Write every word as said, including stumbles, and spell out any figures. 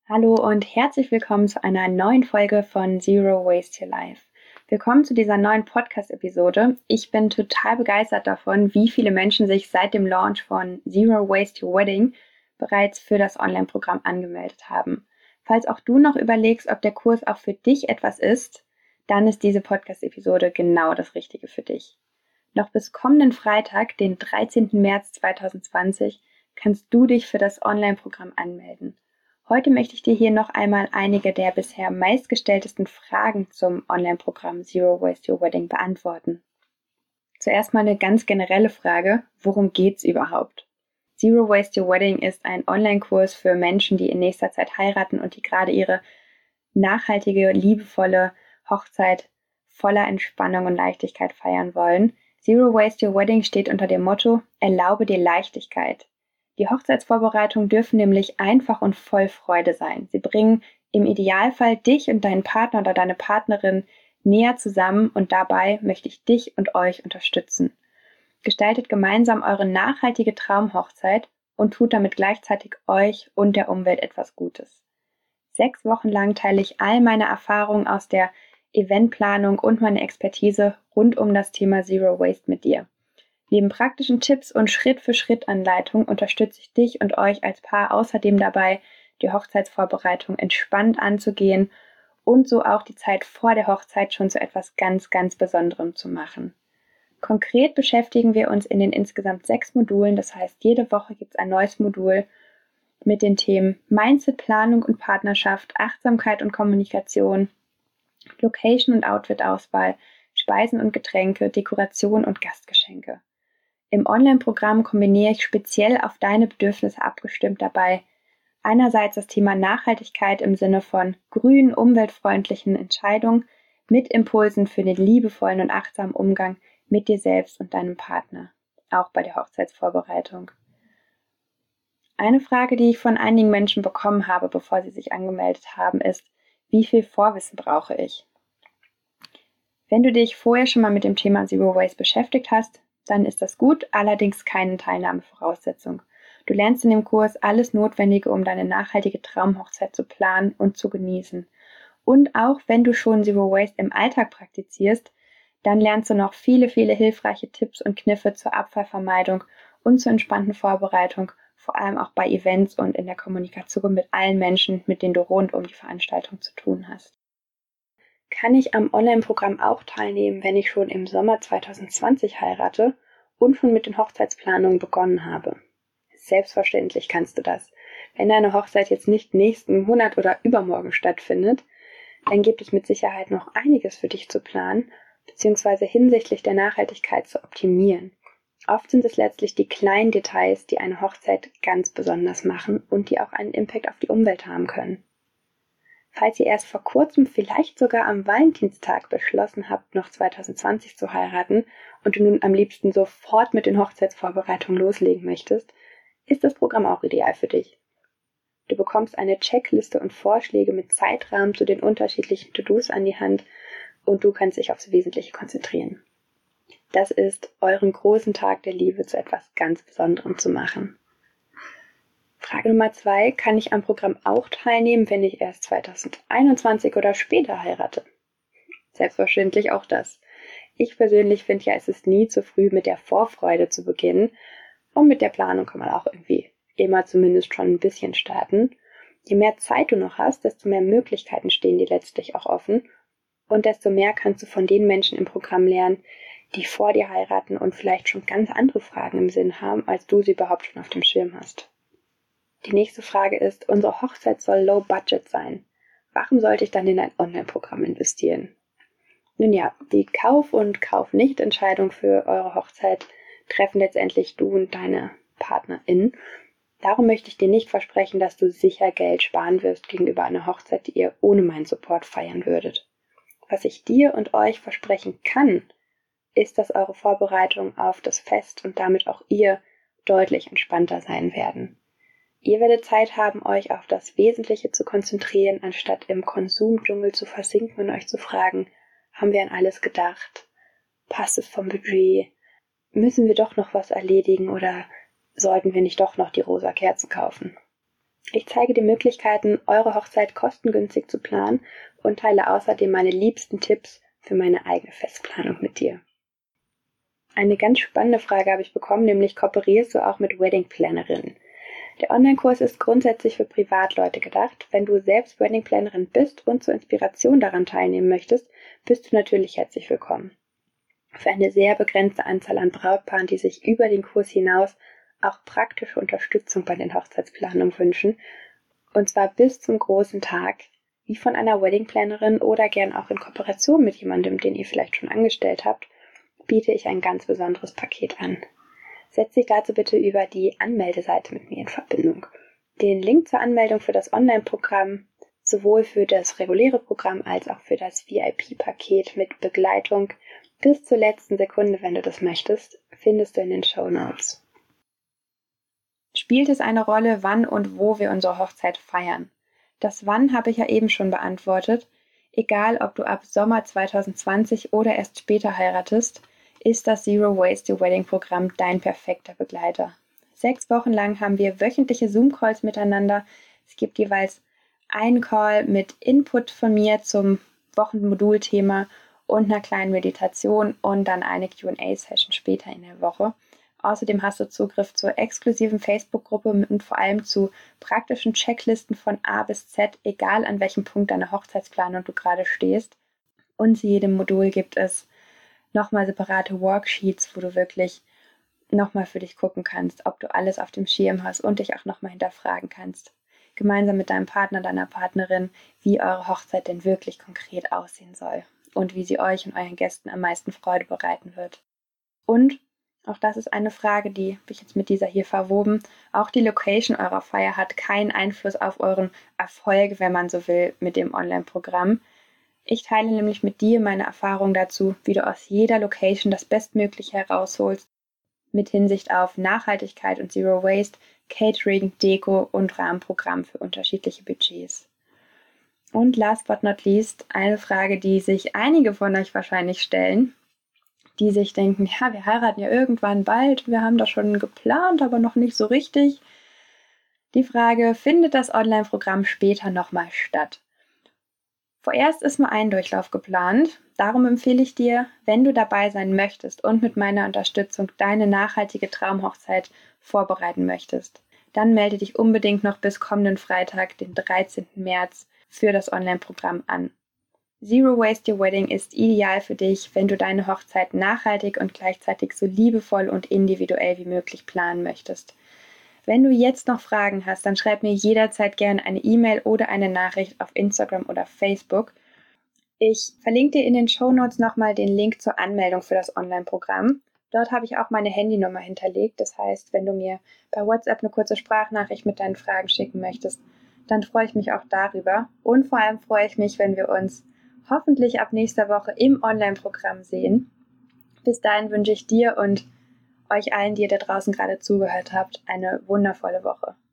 Hallo und herzlich willkommen zu einer neuen Folge von Zero Waste Your Life. Willkommen zu dieser neuen Podcast-Episode. Ich bin total begeistert davon, wie viele Menschen sich seit dem Launch von Zero Waste Your Wedding bereits für das Online-Programm angemeldet haben. Falls auch du noch überlegst, ob der Kurs auch für dich etwas ist, dann ist diese Podcast-Episode genau das Richtige für dich. Noch bis kommenden Freitag, den dreizehnten März zweitausendzwanzig, kannst du dich für das Online-Programm anmelden. Heute möchte ich dir hier noch einmal einige der bisher meistgestelltesten Fragen zum Online-Programm Zero Waste Your Wedding beantworten. Zuerst mal eine ganz generelle Frage: Worum geht's überhaupt? Zero Waste Your Wedding ist ein Online-Kurs für Menschen, die in nächster Zeit heiraten und die gerade ihre nachhaltige, liebevolle Hochzeit voller Entspannung und Leichtigkeit feiern wollen. Zero Waste Your Wedding steht unter dem Motto: Erlaube dir Leichtigkeit. Die Hochzeitsvorbereitungen dürfen nämlich einfach und voll Freude sein. Sie bringen im Idealfall dich und deinen Partner oder deine Partnerin näher zusammen und dabei möchte ich dich und euch unterstützen. Gestaltet gemeinsam eure nachhaltige Traumhochzeit und tut damit gleichzeitig euch und der Umwelt etwas Gutes. Sechs Wochen lang teile ich all meine Erfahrungen aus der Eventplanung und meine Expertise rund um das Thema Zero Waste mit dir. Neben praktischen Tipps und Schritt-für-Schritt-Anleitungen unterstütze ich dich und euch als Paar außerdem dabei, die Hochzeitsvorbereitung entspannt anzugehen und so auch die Zeit vor der Hochzeit schon zu etwas ganz, ganz Besonderem zu machen. Konkret beschäftigen wir uns in den insgesamt sechs Modulen, das heißt, jede Woche gibt es ein neues Modul mit den Themen Mindset, Planung und Partnerschaft, Achtsamkeit und Kommunikation, Location und Outfit-Auswahl, Speisen und Getränke, Dekoration und Gastgeschenke. Im Online-Programm kombiniere ich speziell auf deine Bedürfnisse abgestimmt dabei einerseits das Thema Nachhaltigkeit im Sinne von grünen, umweltfreundlichen Entscheidungen mit Impulsen für den liebevollen und achtsamen Umgang mit dir selbst und deinem Partner, auch bei der Hochzeitsvorbereitung. Eine Frage, die ich von einigen Menschen bekommen habe, bevor sie sich angemeldet haben, ist: Wie viel Vorwissen brauche ich? Wenn du dich vorher schon mal mit dem Thema Zero Waste beschäftigt hast, dann ist das gut, allerdings keine Teilnahmevoraussetzung. Du lernst in dem Kurs alles Notwendige, um deine nachhaltige Traumhochzeit zu planen und zu genießen. Und auch wenn du schon Zero Waste im Alltag praktizierst, dann lernst du noch viele, viele hilfreiche Tipps und Kniffe zur Abfallvermeidung und zur entspannten Vorbereitung, vor allem auch bei Events und in der Kommunikation mit allen Menschen, mit denen du rund um die Veranstaltung zu tun hast. Kann ich am Online-Programm auch teilnehmen, wenn ich schon im Sommer zweitausendzwanzig heirate und schon mit den Hochzeitsplanungen begonnen habe? Selbstverständlich kannst du das. Wenn deine Hochzeit jetzt nicht nächsten Monat oder übermorgen stattfindet, dann gibt es mit Sicherheit noch einiges für dich zu planen, beziehungsweise hinsichtlich der Nachhaltigkeit zu optimieren. Oft sind es letztlich die kleinen Details, die eine Hochzeit ganz besonders machen und die auch einen Impact auf die Umwelt haben können. Falls ihr erst vor kurzem, vielleicht sogar am Valentinstag beschlossen habt, noch zweitausendzwanzig zu heiraten und du nun am liebsten sofort mit den Hochzeitsvorbereitungen loslegen möchtest, ist das Programm auch ideal für dich. Du bekommst eine Checkliste und Vorschläge mit Zeitrahmen zu den unterschiedlichen To-Dos an die Hand und du kannst dich aufs Wesentliche konzentrieren. Das ist, euren großen Tag der Liebe zu etwas ganz Besonderem zu machen. Frage Nummer zwei: Kann ich am Programm auch teilnehmen, wenn ich erst zweitausendeinundzwanzig oder später heirate? Selbstverständlich auch das. Ich persönlich finde ja, es ist nie zu früh, mit der Vorfreude zu beginnen, und mit der Planung kann man auch irgendwie immer zumindest schon ein bisschen starten. Je mehr Zeit du noch hast, desto mehr Möglichkeiten stehen dir letztlich auch offen und desto mehr kannst du von den Menschen im Programm lernen, die vor dir heiraten und vielleicht schon ganz andere Fragen im Sinn haben, als du sie überhaupt schon auf dem Schirm hast. Die nächste Frage ist: Unsere Hochzeit soll low budget sein. Warum sollte ich dann in ein Online-Programm investieren? Nun ja, die Kauf- und Kauf-Nicht-Entscheidung für eure Hochzeit treffen letztendlich du und deine PartnerInnen. Darum möchte ich dir nicht versprechen, dass du sicher Geld sparen wirst gegenüber einer Hochzeit, die ihr ohne meinen Support feiern würdet. Was ich dir und euch versprechen kann, ist, dass eure Vorbereitungen auf das Fest und damit auch ihr deutlich entspannter sein werden. Ihr werdet Zeit haben, euch auf das Wesentliche zu konzentrieren, anstatt im Konsumdschungel zu versinken und euch zu fragen: Haben wir an alles gedacht? Passt es vom Budget? Müssen wir doch noch was erledigen oder sollten wir nicht doch noch die rosa Kerzen kaufen? Ich zeige dir Möglichkeiten, eure Hochzeit kostengünstig zu planen und teile außerdem meine liebsten Tipps für meine eigene Festplanung mit dir. Eine ganz spannende Frage habe ich bekommen, nämlich kooperierst du auch mit Wedding-Plannerinnen? Der Online-Kurs ist grundsätzlich für Privatleute gedacht. Wenn du selbst Wedding-Plannerin bist und zur Inspiration daran teilnehmen möchtest, bist du natürlich herzlich willkommen. Für eine sehr begrenzte Anzahl an Brautpaaren, die sich über den Kurs hinaus auch praktische Unterstützung bei den Hochzeitsplanungen wünschen, und zwar bis zum großen Tag, wie von einer Wedding-Plannerin oder gern auch in Kooperation mit jemandem, den ihr vielleicht schon angestellt habt, biete ich ein ganz besonderes Paket an. Setz dich dazu bitte über die Anmeldeseite mit mir in Verbindung. Den Link zur Anmeldung für das Online-Programm, sowohl für das reguläre Programm als auch für das V I P-Paket mit Begleitung bis zur letzten Sekunde, wenn du das möchtest, findest du in den Shownotes. Spielt es eine Rolle, wann und wo wir unsere Hochzeit feiern? Das Wann habe ich ja eben schon beantwortet. Egal, ob du ab Sommer zwanzig zwanzig oder erst später heiratest, ist das Zero Waste Your Wedding Programm dein perfekter Begleiter. Sechs Wochen lang haben wir wöchentliche Zoom-Calls miteinander. Es gibt jeweils einen Call mit Input von mir zum Wochenmodulthema und einer kleinen Meditation und dann eine Q and A-Session später in der Woche. Außerdem hast du Zugriff zur exklusiven Facebook-Gruppe und vor allem zu praktischen Checklisten von A bis Z, egal an welchem Punkt deiner Hochzeitsplanung du gerade stehst. Und zu jedem Modul gibt es nochmal separate Worksheets, wo du wirklich nochmal für dich gucken kannst, ob du alles auf dem Schirm hast und dich auch nochmal hinterfragen kannst. Gemeinsam mit deinem Partner, deiner Partnerin, wie eure Hochzeit denn wirklich konkret aussehen soll und wie sie euch und euren Gästen am meisten Freude bereiten wird. Und, auch das ist eine Frage, die habe ich jetzt mit dieser hier verwoben, auch die Location eurer Feier hat keinen Einfluss auf euren Erfolg, wenn man so will, mit dem Online-Programm. Ich teile nämlich mit dir meine Erfahrung dazu, wie du aus jeder Location das Bestmögliche herausholst, mit Hinsicht auf Nachhaltigkeit und Zero Waste, Catering, Deko und Rahmenprogramm für unterschiedliche Budgets. Und last but not least, eine Frage, die sich einige von euch wahrscheinlich stellen, die sich denken, ja, wir heiraten ja irgendwann bald, wir haben das schon geplant, aber noch nicht so richtig. Die Frage, findet das Online-Programm später nochmal statt? Vorerst ist nur ein Durchlauf geplant. Darum empfehle ich dir, wenn du dabei sein möchtest und mit meiner Unterstützung deine nachhaltige Traumhochzeit vorbereiten möchtest, dann melde dich unbedingt noch bis kommenden Freitag, den dreizehnten März, für das Online-Programm an. Zero Waste Your Wedding ist ideal für dich, wenn du deine Hochzeit nachhaltig und gleichzeitig so liebevoll und individuell wie möglich planen möchtest. Wenn du jetzt noch Fragen hast, dann schreib mir jederzeit gerne eine E-Mail oder eine Nachricht auf Instagram oder Facebook. Ich verlinke dir in den Shownotes nochmal den Link zur Anmeldung für das Online-Programm. Dort habe ich auch meine Handynummer hinterlegt. Das heißt, wenn du mir bei WhatsApp eine kurze Sprachnachricht mit deinen Fragen schicken möchtest, dann freue ich mich auch darüber. Und vor allem freue ich mich, wenn wir uns hoffentlich ab nächster Woche im Online-Programm sehen. Bis dahin wünsche ich dir und euch allen, die ihr da draußen gerade zugehört habt, eine wundervolle Woche.